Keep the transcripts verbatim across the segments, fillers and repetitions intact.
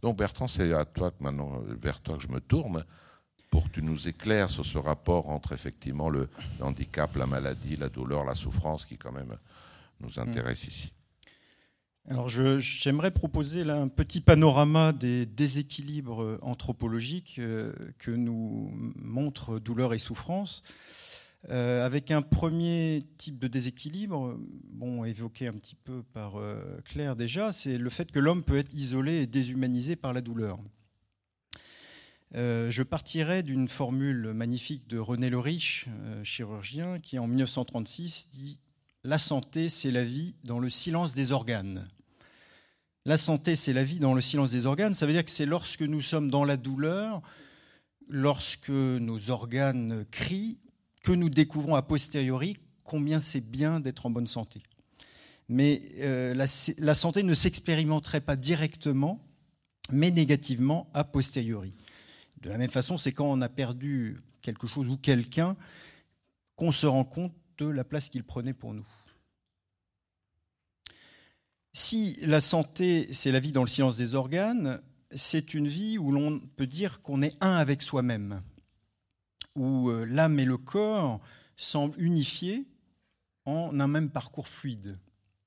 Donc Bertrand, c'est à toi que maintenant, vers toi que je me tourne, pour que tu nous éclaires sur ce rapport entre effectivement le handicap, la maladie, la douleur, la souffrance, qui quand même nous intéresse mmh. ici. Alors je, j'aimerais proposer là un petit panorama des déséquilibres anthropologiques euh, que nous montrent douleur et souffrance, euh, avec un premier type de déséquilibre, bon, évoqué un petit peu par euh, Claire déjà, c'est le fait que l'homme peut être isolé et déshumanisé par la douleur. Euh, je partirai d'une formule magnifique de René Le Riche, euh, chirurgien, qui en dix-neuf cent trente-six dit « La santé, c'est la vie dans le silence des organes ». La santé, c'est la vie dans le silence des organes. Ça veut dire que c'est lorsque nous sommes dans la douleur, lorsque nos organes crient, que nous découvrons a posteriori combien c'est bien d'être en bonne santé. Mais euh, la, la santé ne s'expérimenterait pas directement, mais négativement a posteriori. De la même façon, c'est quand on a perdu quelque chose ou quelqu'un qu'on se rend compte de la place qu'il prenait pour nous. Si la santé, c'est la vie dans le silence des organes, c'est une vie où l'on peut dire qu'on est un avec soi-même, où l'âme et le corps semblent unifiés en un même parcours fluide.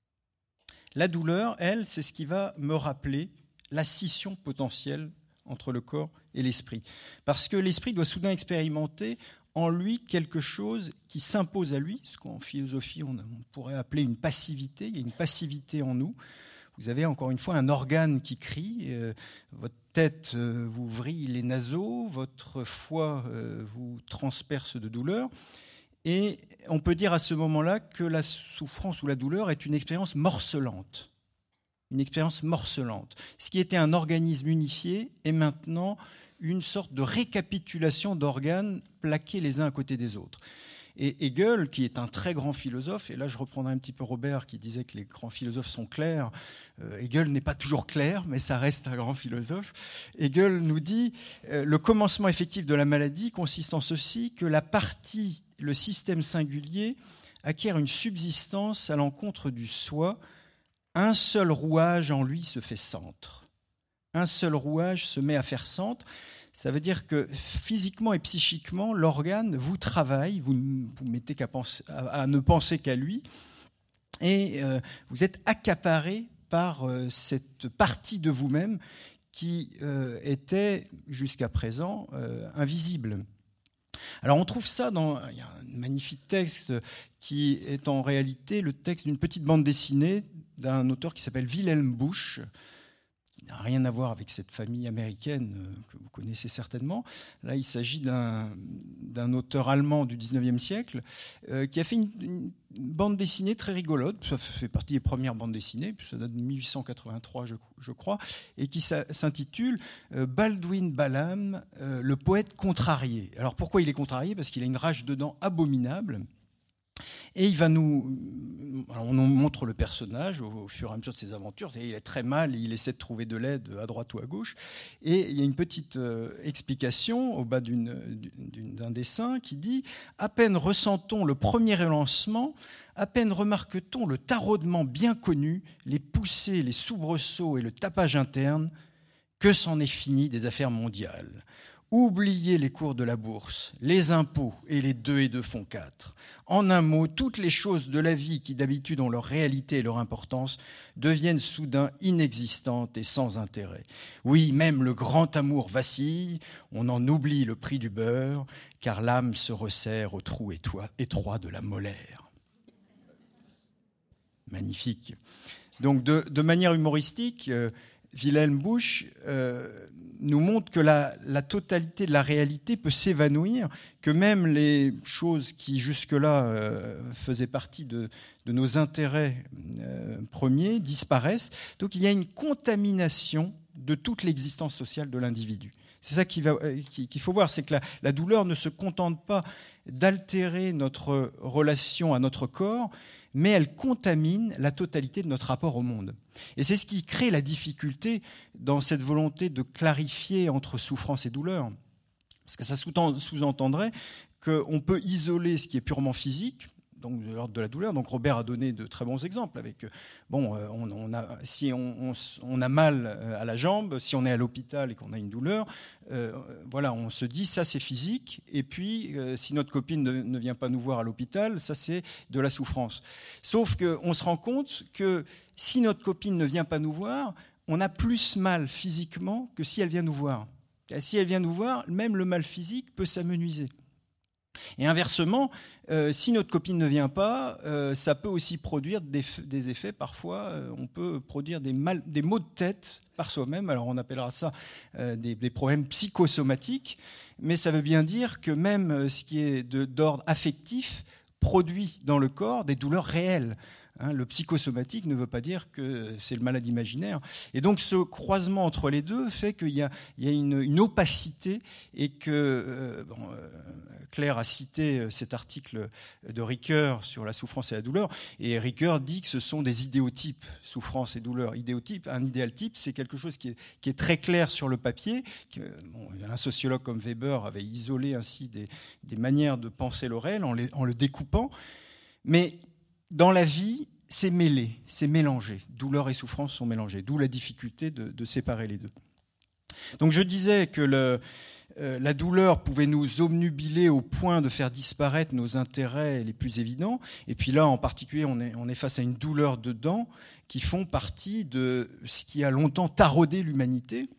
La douleur, elle, c'est ce qui va me rappeler la scission potentielle entre le corps et l'esprit. Parce que l'esprit doit soudain expérimenter en lui quelque chose qui s'impose à lui, ce qu'en philosophie on pourrait appeler une passivité. Il y a une passivité en nous. Vous avez encore une fois un organe qui crie, euh, votre tête euh, vous vrille les naseaux, votre foie euh, vous transperce de douleur. Et on peut dire à ce moment-là que la souffrance ou la douleur est une expérience morcelante. Une expérience morcelante. Ce qui était un organisme unifié est maintenant une sorte de récapitulation d'organes plaqués les uns à côté des autres. Et Hegel, qui est un très grand philosophe, et là je reprendrai un petit peu Robert qui disait que les grands philosophes sont clairs, euh, Hegel n'est pas toujours clair, mais ça reste un grand philosophe. Hegel nous dit euh, le commencement effectif de la maladie consiste en ceci, que la partie, le système singulier, acquiert une subsistance à l'encontre du soi. Un seul rouage en lui se fait centre. Un seul rouage se met à faire centre. Ça veut dire que physiquement et psychiquement, l'organe vous travaille, vous ne vous mettez qu'à penser, à, à ne penser qu'à lui, et euh, vous êtes accaparé par euh, cette partie de vous-même qui euh, était jusqu'à présent euh, invisible. Alors on trouve ça dans il y a un magnifique texte qui est en réalité le texte d'une petite bande dessinée d'un auteur qui s'appelle Wilhelm Busch, qui n'a rien à voir avec cette famille américaine que vous connaissez certainement. Là, il s'agit d'un, d'un auteur allemand du dix-neuvième siècle euh, qui a fait une, une bande dessinée très rigolote. Ça fait partie des premières bandes dessinées, ça date de dix-huit cent quatre-vingt-trois, je, je crois, et qui s'intitule euh, Baldwin Balaam, euh, le poète contrarié. Alors pourquoi il est contrarié ? Parce qu'il a une rage de dents abominable. Et il va nous, alors on nous montre le personnage au, au fur et à mesure de ses aventures. Il est très mal, il essaie de trouver de l'aide à droite ou à gauche. Et il y a une petite euh, explication au bas d'une, d'une, d'un dessin qui dit « À peine ressent-on le premier élancement, à peine remarque-t-on le taraudement bien connu, les poussées, les soubresauts et le tapage interne, que c'en est fini des affaires mondiales. Oubliez les cours de la bourse, les impôts et les deux et deux font quatre. En un mot, toutes les choses de la vie qui d'habitude ont leur réalité et leur importance deviennent soudain inexistantes et sans intérêt. Oui, même le grand amour vacille, on en oublie le prix du beurre, car l'âme se resserre au trou étroit de la molaire. » Magnifique. Donc de, de manière humoristique, euh, Wilhelm Busch euh, nous montre que la, la totalité de la réalité peut s'évanouir, que même les choses qui jusque-là euh, faisaient partie de, de nos intérêts euh, premiers disparaissent. Donc il y a une contamination de toute l'existence sociale de l'individu. C'est ça qu'il, va, qu'il faut voir, c'est que la, la douleur ne se contente pas d'altérer notre relation à notre corps, mais elle contamine la totalité de notre rapport au monde. Et c'est ce qui crée la difficulté dans cette volonté de clarifier entre souffrance et douleur. Parce que ça sous-entendrait qu'on peut isoler ce qui est purement physique, donc de l'ordre de la douleur. Donc Robert a donné de très bons exemples avec bon, on, on a, si on, on, on a mal à la jambe, si on est à l'hôpital et qu'on a une douleur, euh, voilà, on se dit ça c'est physique. Et puis euh, si notre copine ne, ne vient pas nous voir à l'hôpital, ça c'est de la souffrance. Sauf qu'on se rend compte que si notre copine ne vient pas nous voir, on a plus mal physiquement que si elle vient nous voir. Et si elle vient nous voir, même le mal physique peut s'amenuiser. Et inversement, euh, si notre copine ne vient pas, euh, ça peut aussi produire des, des effets. Parfois, euh, on peut produire des, mal, des maux de tête par soi-même. Alors, on appellera ça euh, des, des problèmes psychosomatiques. Mais ça veut bien dire que même ce qui est de, d'ordre affectif produit dans le corps des douleurs réelles. Hein, le psychosomatique ne veut pas dire que c'est le malade imaginaire. Et donc ce croisement entre les deux fait qu'il y a, il y a une, une opacité et que euh, bon, euh, Claire a cité cet article de Ricoeur sur la souffrance et la douleur. Et Ricoeur dit que ce sont des idéotypes, souffrance et douleur. Idéotype, un idéal type, c'est quelque chose qui est, qui est très clair sur le papier. Que, bon, un sociologue comme Weber avait isolé ainsi des, des manières de penser le réel en, les, en le découpant. Mais dans la vie, c'est mêlé, c'est mélangé. Douleur et souffrance sont mélangées, d'où la difficulté de, de séparer les deux. Donc je disais que le, euh, la douleur pouvait nous obnubiler au point de faire disparaître nos intérêts les plus évidents. Et puis là, en particulier, on est, on est face à une douleur de dents qui font partie de ce qui a longtemps taraudé l'humanité.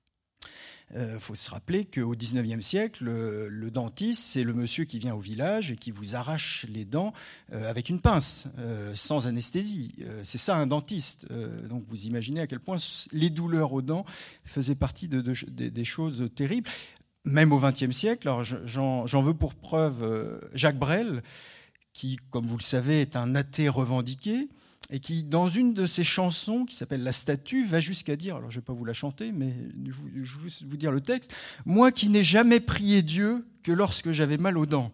Il euh, faut se rappeler qu'au dix-neuvième siècle, le, le dentiste, c'est le monsieur qui vient au village et qui vous arrache les dents euh, avec une pince, euh, sans anesthésie. Euh, c'est ça un dentiste. Euh, donc vous imaginez à quel point les douleurs aux dents faisaient partie de, de, de, des choses terribles. Même au vingtième siècle, alors j'en, j'en veux pour preuve euh, Jacques Brel, qui, comme vous le savez, est un athée revendiqué, et qui, dans une de ses chansons, qui s'appelle « La statue », va jusqu'à dire, alors je ne vais pas vous la chanter, mais je vais vous dire le texte, « Moi qui n'ai jamais prié Dieu que lorsque j'avais mal aux dents ».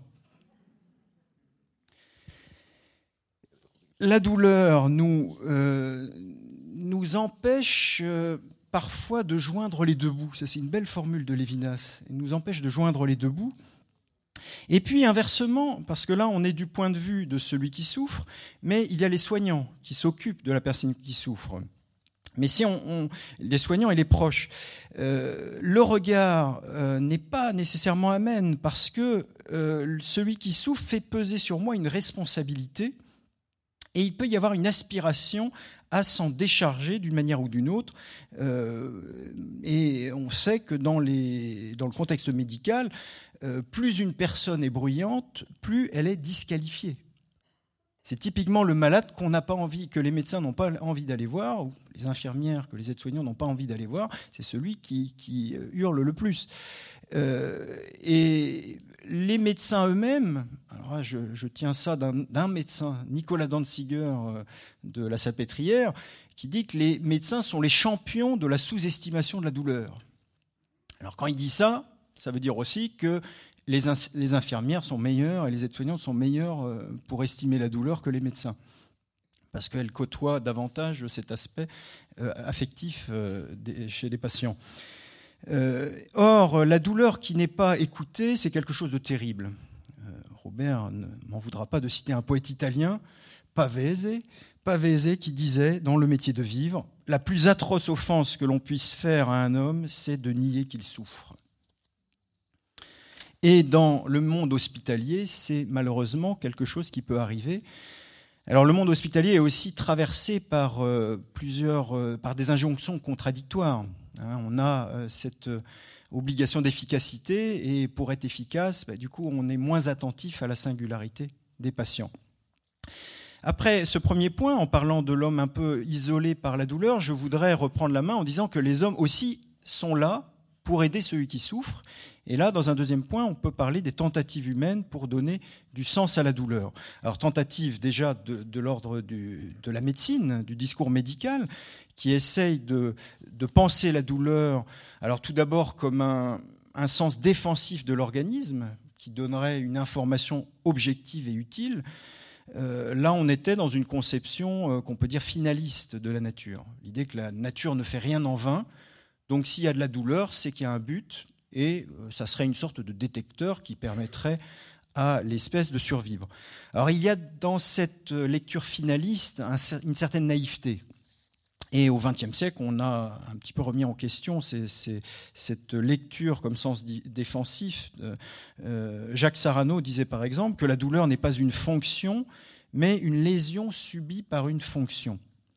La douleur nous, euh, nous empêche euh, parfois de joindre les deux bouts. Ça, c'est une belle formule de Lévinas. Elle nous empêche de joindre les deux bouts. Et puis inversement, parce que là on est du point de vue de celui qui souffre, mais il y a les soignants qui s'occupent de la personne qui souffre. Mais si on, on les soignants et les proches, euh, le regard euh, n'est pas nécessairement amène parce que euh, celui qui souffre fait peser sur moi une responsabilité et il peut y avoir une aspiration à s'en décharger d'une manière ou d'une autre. Euh, et on sait que dans, les, dans le contexte médical, euh, plus une personne est bruyante, plus elle est disqualifiée. C'est typiquement le malade qu'on n'a pas envie, que les médecins n'ont pas envie d'aller voir, ou les infirmières, que les aides-soignants n'ont pas envie d'aller voir. C'est celui qui, qui hurle le plus. Euh, et les médecins eux-mêmes, alors là, je, je tiens ça d'un, d'un médecin, Nicolas Danziger euh, de la Salpêtrière, qui dit que les médecins sont les champions de la sous-estimation de la douleur. Alors quand il dit ça, ça veut dire aussi que les, in- les infirmières sont meilleures et les aides-soignantes sont meilleures euh, pour estimer la douleur que les médecins, parce qu'elles côtoient davantage cet aspect euh, affectif euh, des, chez les patients. Euh, or, la douleur qui n'est pas écoutée, c'est quelque chose de terrible. Euh, Robert ne m'en voudra pas de citer un poète italien, Pavese, Pavese qui disait, dans Le métier de vivre, « La plus atroce offense que l'on puisse faire à un homme, c'est de nier qu'il souffre. » Et dans le monde hospitalier, c'est malheureusement quelque chose qui peut arriver. Alors le monde hospitalier est aussi traversé par, euh, plusieurs, euh, par des injonctions contradictoires. Hein, on a euh, cette euh, obligation d'efficacité et pour être efficace, bah, du coup, on est moins attentif à la singularité des patients. Après ce premier point, en parlant de l'homme un peu isolé par la douleur, je voudrais reprendre la main en disant que les hommes aussi sont là pour aider celui qui souffre. Et là, dans un deuxième point, on peut parler des tentatives humaines pour donner du sens à la douleur. Alors, tentatives déjà de, de l'ordre du, de la médecine, du discours médical, qui essaye de, de penser la douleur, alors tout d'abord comme un, un sens défensif de l'organisme, qui donnerait une information objective et utile. Euh, là, on était dans une conception euh, qu'on peut dire finaliste de la nature. L'idée que la nature ne fait rien en vain. Donc, s'il y a de la douleur, c'est qu'il y a un but. Et ça serait une sorte de détecteur qui permettrait à l'espèce de survivre. Alors il y a dans cette lecture finaliste un, une certaine naïveté. Et au vingtième siècle, on a un petit peu remis en question ces, ces, cette lecture comme sens défensif. Euh, Jacques Sarano disait par exemple que la douleur n'est pas une fonction, mais une lésion subie par une fonction.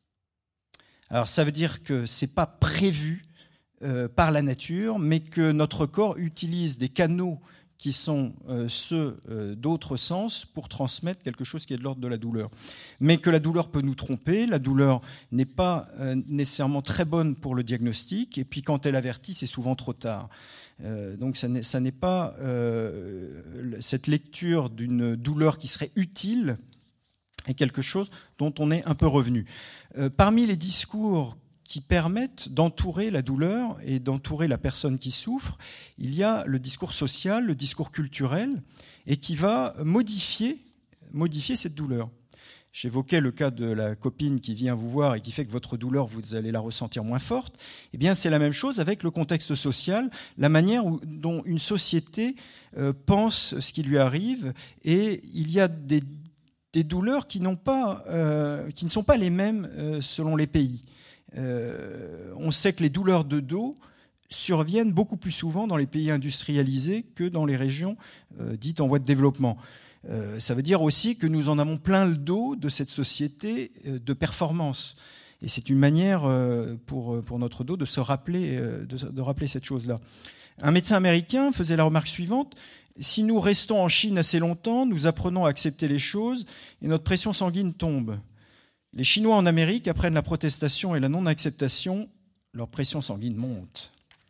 Alors ça veut dire que ce n'est pas prévu euh, par la nature, mais que notre corps utilise des canaux qui sont euh, ceux euh, d'autres sens pour transmettre quelque chose qui est de l'ordre de la douleur. Mais que la douleur peut nous tromper, la douleur n'est pas euh, nécessairement très bonne pour le diagnostic, et puis quand elle avertit, c'est souvent trop tard. Euh, donc ça n'est, ça n'est pas euh, cette lecture d'une douleur qui serait utile est quelque chose dont on est un peu revenu. Euh, parmi les discours qui permettent d'entourer la douleur et d'entourer la personne qui souffre, il y a le discours social, le discours culturel, et qui va modifier, modifier cette douleur. J'évoquais le cas de la copine qui vient vous voir et qui fait que votre douleur, vous allez la ressentir moins forte. Eh bien, c'est la même chose avec le contexte social, la manière où, dont une société euh, pense ce qui lui arrive, et il y a des, des douleurs qui, n'ont pas, euh, qui ne sont pas les mêmes euh, selon les pays. Euh, on sait que les douleurs de dos surviennent beaucoup plus souvent dans les pays industrialisés que dans les régions euh, dites en voie de développement. Euh, ça veut dire aussi que nous en avons plein le dos de cette société euh, de performance. Et c'est une manière euh, pour, pour notre dos de se rappeler, euh, de, de rappeler cette chose-là. Un médecin américain faisait la remarque suivante: si nous restons en Chine assez longtemps, nous apprenons à accepter les choses et notre pression sanguine tombe. Les Chinois en Amérique apprennent la protestation et la non-acceptation, leur pression sanguine monte.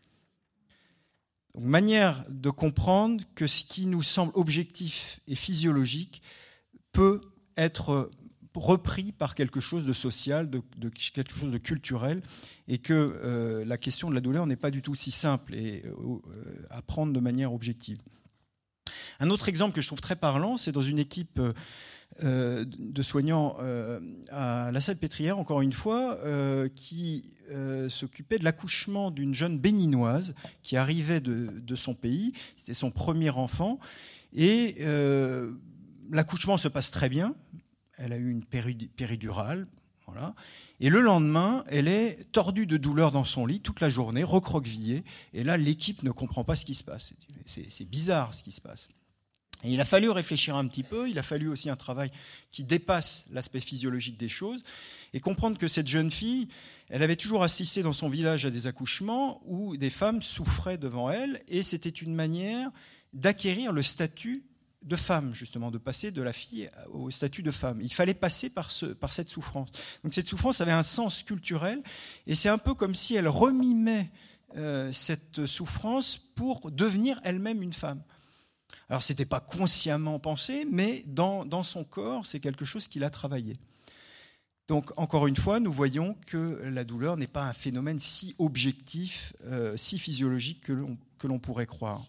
Donc, manière de comprendre que ce qui nous semble objectif et physiologique peut être repris par quelque chose de social, de, de quelque chose de culturel, et que euh, la question de la douleur n'est pas du tout si simple et euh, à prendre de manière objective. Un autre exemple que je trouve très parlant, c'est dans une équipe euh, Euh, de soignants euh, à la Salpêtrière, encore une fois, euh, qui euh, s'occupait de l'accouchement d'une jeune béninoise qui arrivait de, de son pays. C'était son premier enfant. Et euh, l'accouchement se passe très bien. Elle a eu une péridurale. Voilà. Et le lendemain, elle est tordue de douleur dans son lit toute la journée, recroquevillée. Et là, l'équipe ne comprend pas ce qui se passe. C'est, c'est bizarre ce qui se passe. Et il a fallu réfléchir un petit peu, il a fallu aussi un travail qui dépasse l'aspect physiologique des choses et comprendre que cette jeune fille, elle avait toujours assisté dans son village à des accouchements où des femmes souffraient devant elle et c'était une manière d'acquérir le statut de femme, justement, de passer de la fille au statut de femme. Il fallait passer par, ce, par cette souffrance. Donc cette souffrance avait un sens culturel et c'est un peu comme si elle remimait euh, cette souffrance pour devenir elle-même une femme. Alors, ce n'était pas consciemment pensé, mais dans, dans son corps, c'est quelque chose qu'il a travaillé. Donc, encore une fois, nous voyons que la douleur n'est pas un phénomène si objectif, euh, si physiologique que l'on, que l'on pourrait croire.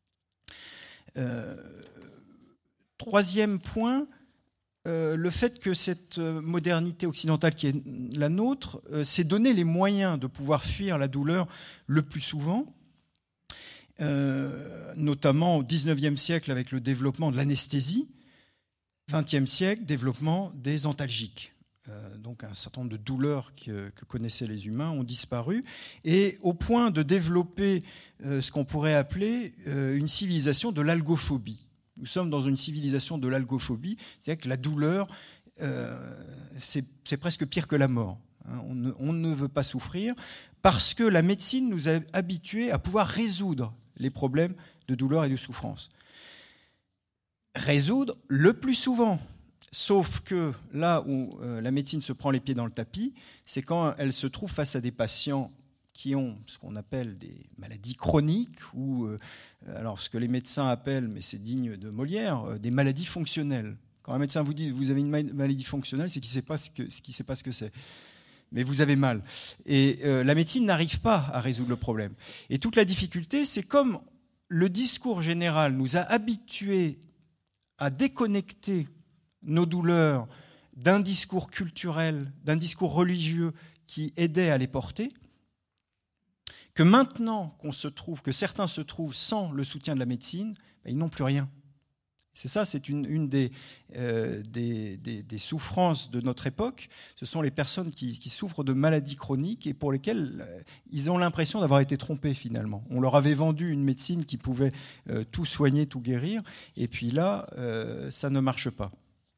Euh, troisième point, euh, le fait que cette modernité occidentale qui est la nôtre euh, s'est donné les moyens de pouvoir fuir la douleur le plus souvent, Euh, notamment au dix-neuvième siècle avec le développement de l'anesthésie, vingtième siècle, développement des antalgiques. Euh, donc un certain nombre de douleurs que, que connaissaient les humains ont disparu, et au point de développer euh, ce qu'on pourrait appeler euh, une civilisation de l'algophobie. Nous sommes dans une civilisation de l'algophobie, c'est-à-dire que la douleur, euh, c'est, c'est presque pire que la mort. Hein, on, ne, on ne veut pas souffrir, parce que la médecine nous a habitués à pouvoir résoudre les problèmes de douleur et de souffrance. Résoudre le plus souvent. Sauf que là où euh, la médecine se prend les pieds dans le tapis, c'est quand elle se trouve face à des patients qui ont ce qu'on appelle des maladies chroniques, ou euh, alors ce que les médecins appellent, mais c'est digne de Molière, euh, des maladies fonctionnelles. Quand un médecin vous dit « vous avez une maladie fonctionnelle », c'est qu'il ne sait pas ce que, ce qu'il sait pas ce que c'est. Mais vous avez mal. Et euh, la médecine n'arrive pas à résoudre le problème. Et toute la difficulté, c'est comme le discours général nous a habitués à déconnecter nos douleurs d'un discours culturel, d'un discours religieux qui aidait à les porter, que maintenant qu'on se trouve, que certains se trouvent sans le soutien de la médecine, ben, ils n'ont plus rien. C'est ça, c'est une, une des, euh, des, des, des souffrances de notre époque. Ce sont les personnes qui, qui souffrent de maladies chroniques et pour lesquelles euh, ils ont l'impression d'avoir été trompés finalement. On leur avait vendu une médecine qui pouvait euh, tout soigner, tout guérir, et puis là, euh, ça ne marche pas.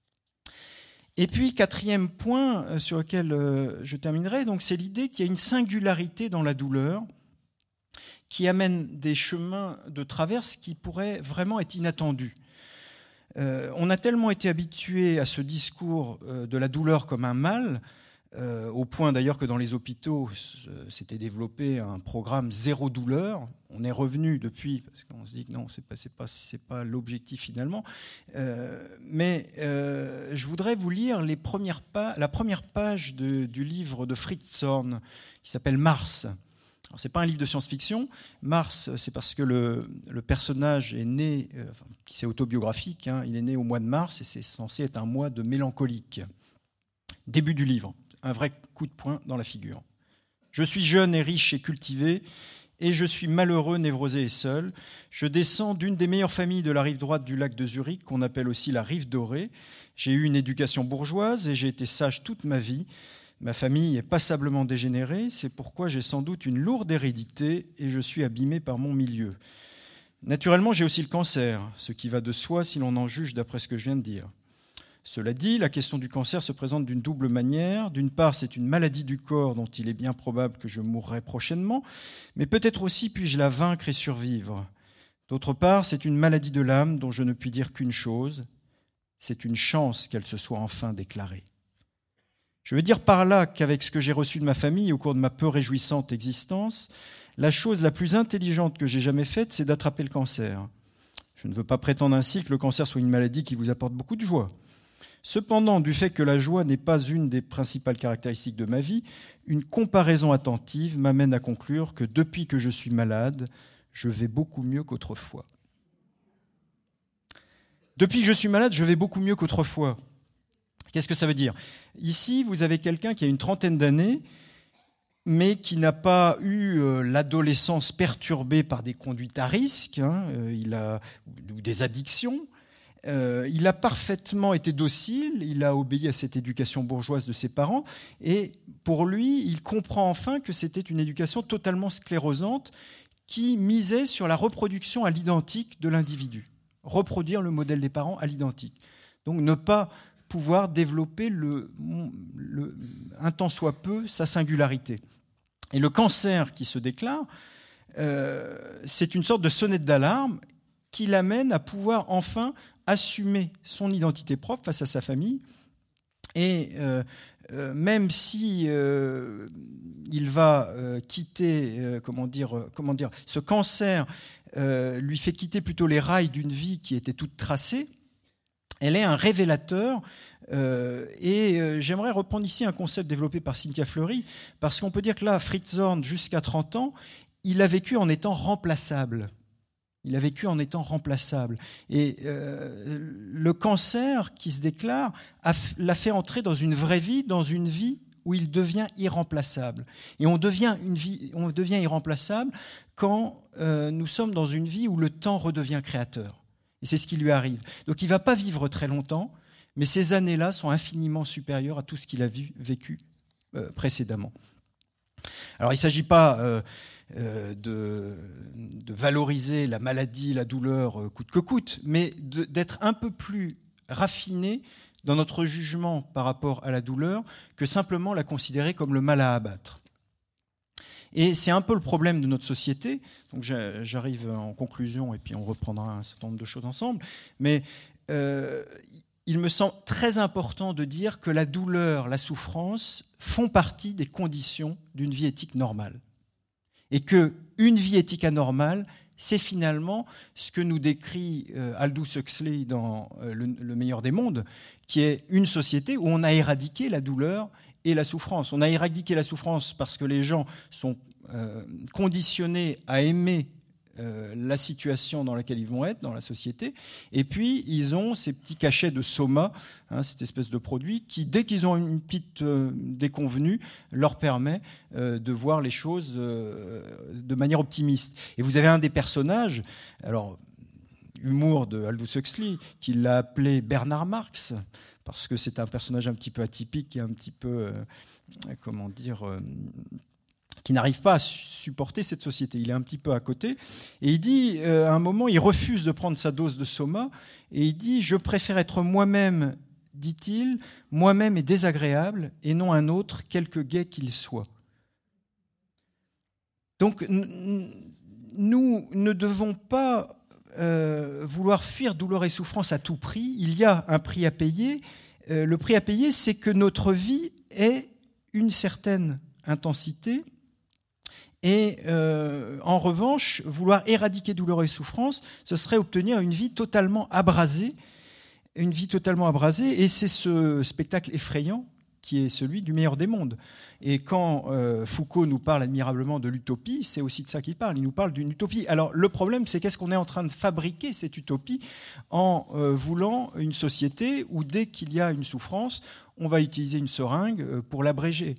Et puis, quatrième point euh, sur lequel euh, je terminerai, donc, c'est l'idée qu'il y a une singularité dans la douleur qui amène des chemins de traverse qui pourraient vraiment être inattendus. Euh, on a tellement été habitué à ce discours euh, de la douleur comme un mal, euh, au point d'ailleurs que dans les hôpitaux s'était développé un programme zéro douleur. On est revenu depuis, parce qu'on se dit que non, c'est pas, c'est pas, c'est pas l'objectif finalement. Euh, mais euh, je voudrais vous lire les premières pa- la première page de, du livre de Fritz Zorn qui s'appelle Mars. Alors, c'est pas un livre de science-fiction. Mars, c'est parce que le, le personnage est né, euh, enfin, c'est autobiographique, hein, il est né au mois de mars et c'est censé être un mois de mélancolique. Début du livre, un vrai coup de poing dans la figure. Je suis jeune et riche et cultivé, et je suis malheureux, névrosé et seul. Je descends d'une des meilleures familles de la rive droite du lac de Zurich, qu'on appelle aussi la rive dorée. J'ai eu une éducation bourgeoise et j'ai été sage toute ma vie. Ma famille est passablement dégénérée, c'est pourquoi j'ai sans doute une lourde hérédité et je suis abîmé par mon milieu. Naturellement, j'ai aussi le cancer, ce qui va de soi si l'on en juge d'après ce que je viens de dire. Cela dit, la question du cancer se présente d'une double manière. D'une part, c'est une maladie du corps dont il est bien probable que je mourrai prochainement, mais peut-être aussi puis-je la vaincre et survivre. D'autre part, c'est une maladie de l'âme dont je ne puis dire qu'une chose, c'est une chance qu'elle se soit enfin déclarée. Je veux dire par là qu'avec ce que j'ai reçu de ma famille au cours de ma peu réjouissante existence, la chose la plus intelligente que j'ai jamais faite, c'est d'attraper le cancer. Je ne veux pas prétendre ainsi que le cancer soit une maladie qui vous apporte beaucoup de joie. Cependant, du fait que la joie n'est pas une des principales caractéristiques de ma vie, une comparaison attentive m'amène à conclure que depuis que je suis malade, je vais beaucoup mieux qu'autrefois. Depuis que je suis malade, je vais beaucoup mieux qu'autrefois. Qu'est-ce que ça veut dire ? Ici, vous avez quelqu'un qui a une trentaine d'années, mais qui n'a pas eu euh, l'adolescence perturbée par des conduites à risque, hein, euh, il a, ou des addictions. Euh, il a parfaitement été docile, il a obéi à cette éducation bourgeoise de ses parents, et pour lui, il comprend enfin que c'était une éducation totalement sclérosante qui misait sur la reproduction à l'identique de l'individu. Reproduire le modèle des parents à l'identique. Donc ne pas pouvoir développer le, le, un tant soit peu sa singularité. Et le cancer qui se déclare, euh, c'est une sorte de sonnette d'alarme qui l'amène à pouvoir enfin assumer son identité propre face à sa famille. Et euh, euh, même si euh, il va euh, quitter, euh, comment dire, euh, comment dire, ce cancer euh, lui fait quitter plutôt les rails d'une vie qui était toute tracée, elle est un révélateur. Euh, et euh, j'aimerais reprendre ici un concept développé par Cynthia Fleury, parce qu'on peut dire que là, Fritz Zorn, jusqu'à trente ans, il a vécu en étant remplaçable. Il a vécu en étant remplaçable. Et euh, le cancer qui se déclare a, l'a fait entrer dans une vraie vie, dans une vie où il devient irremplaçable. Et on devient, une vie, on devient irremplaçable quand euh, nous sommes dans une vie où le temps redevient créateur. Et c'est ce qui lui arrive. Donc il ne va pas vivre très longtemps, mais ces années-là sont infiniment supérieures à tout ce qu'il a vu, vécu euh, précédemment. Alors il ne s'agit pas euh, euh, de, de valoriser la maladie, la douleur euh, coûte que coûte, mais de, d'être un peu plus raffiné dans notre jugement par rapport à la douleur que simplement la considérer comme le mal à abattre. Et c'est un peu le problème de notre société. Donc j'arrive en conclusion et puis on reprendra un certain nombre de choses ensemble. Mais euh, il me semble très important de dire que la douleur, la souffrance font partie des conditions d'une vie éthique normale. Et qu'une vie éthique anormale, c'est finalement ce que nous décrit euh, Aldous Huxley dans euh, le, le meilleur des mondes, qui est une société où on a éradiqué la douleur et la souffrance. On a éradiqué la souffrance parce que les gens sont euh, conditionnés à aimer euh, la situation dans laquelle ils vont être, dans la société, et puis ils ont ces petits cachets de soma, hein, cette espèce de produit qui, dès qu'ils ont une petite euh, déconvenue, leur permet euh, de voir les choses euh, de manière optimiste. Et vous avez un des personnages, alors humour de Aldous Huxley, qui l'a appelé Bernard Marx, parce que c'est un personnage un petit peu atypique et un petit peu, euh, comment dire, euh, qui n'arrive pas à supporter cette société. Il est un petit peu à côté. Et il dit, euh, à un moment, il refuse de prendre sa dose de soma, et il dit « Je préfère être moi-même, dit-il, moi-même est désagréable, et non un autre, quelque gai qu'il soit. » Donc, nous ne devons pas euh, vouloir fuir douleur et souffrance à tout prix. Il y a un prix à payer. Euh, le prix à payer, c'est que notre vie ait une certaine intensité. Et euh, en revanche, vouloir éradiquer douleur et souffrance, ce serait obtenir une vie totalement abrasée, une vie totalement abrasée. Et c'est ce spectacle effrayant qui est celui du meilleur des mondes. Et quand euh, Foucault nous parle admirablement de l'utopie, c'est aussi de ça qu'il parle. Il nous parle d'une utopie. Alors le problème, c'est qu'est-ce qu'on est en train de fabriquer cette utopie en euh, voulant une société où dès qu'il y a une souffrance, on va utiliser une seringue pour l'abréger.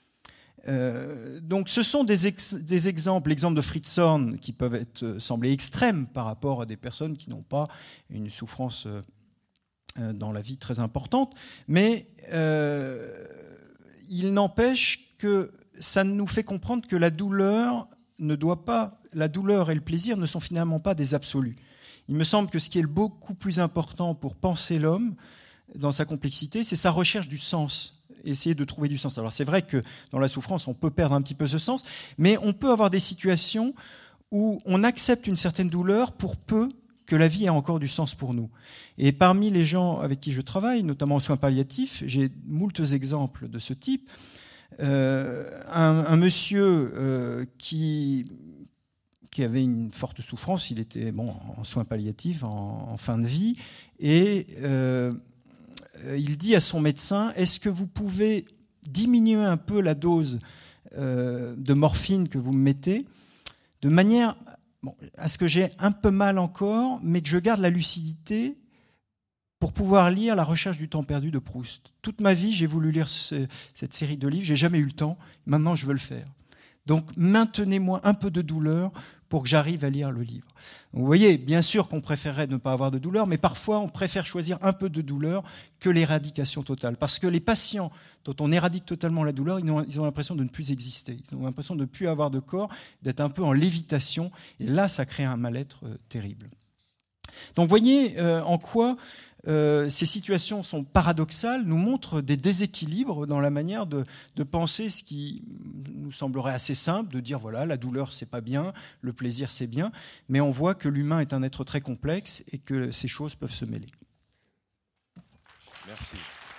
Euh, donc ce sont des, ex- des exemples, l'exemple de Fritz Horn, qui peuvent être, sembler extrêmes par rapport à des personnes qui n'ont pas une souffrance euh, dans la vie très importante, mais euh, il n'empêche que ça nous fait comprendre que la douleur ne doit pas, la douleur et le plaisir ne sont finalement pas des absolus. Il me semble que ce qui est beaucoup plus important pour penser l'homme dans sa complexité, c'est sa recherche du sens, essayer de trouver du sens. Alors c'est vrai que dans la souffrance, on peut perdre un petit peu ce sens, mais on peut avoir des situations où on accepte une certaine douleur pour peu que la vie a encore du sens pour nous. Et parmi les gens avec qui je travaille, notamment en soins palliatifs, j'ai moultes exemples de ce type. Euh, un, un monsieur euh, qui, qui avait une forte souffrance, il était bon, en soins palliatifs, en, en fin de vie, et euh, il dit à son médecin, est-ce que vous pouvez diminuer un peu la dose euh, de morphine que vous me mettez, de manière Bon, à ce que j'ai un peu mal encore, mais que je garde la lucidité pour pouvoir lire La recherche du temps perdu de Proust. Toute ma vie, j'ai voulu lire ce, cette série de livres, j'ai jamais eu le temps, maintenant je veux le faire. Donc maintenez-moi un peu de douleur pour que j'arrive à lire le livre. Donc, vous voyez, bien sûr qu'on préférerait ne pas avoir de douleur, mais parfois on préfère choisir un peu de douleur que l'éradication totale. Parce que les patients dont on éradique totalement la douleur, ils ont, ils ont l'impression de ne plus exister. Ils ont l'impression de ne plus avoir de corps, d'être un peu en lévitation. Et là, ça crée un mal-être euh, terrible. Donc vous voyez euh, en quoi euh, ces situations sont paradoxales, nous montrent des déséquilibres dans la manière de, de penser ce qui nous semblerait assez simple, de dire voilà, la douleur c'est pas bien, le plaisir c'est bien, mais on voit que l'humain est un être très complexe et que ces choses peuvent se mêler. Merci.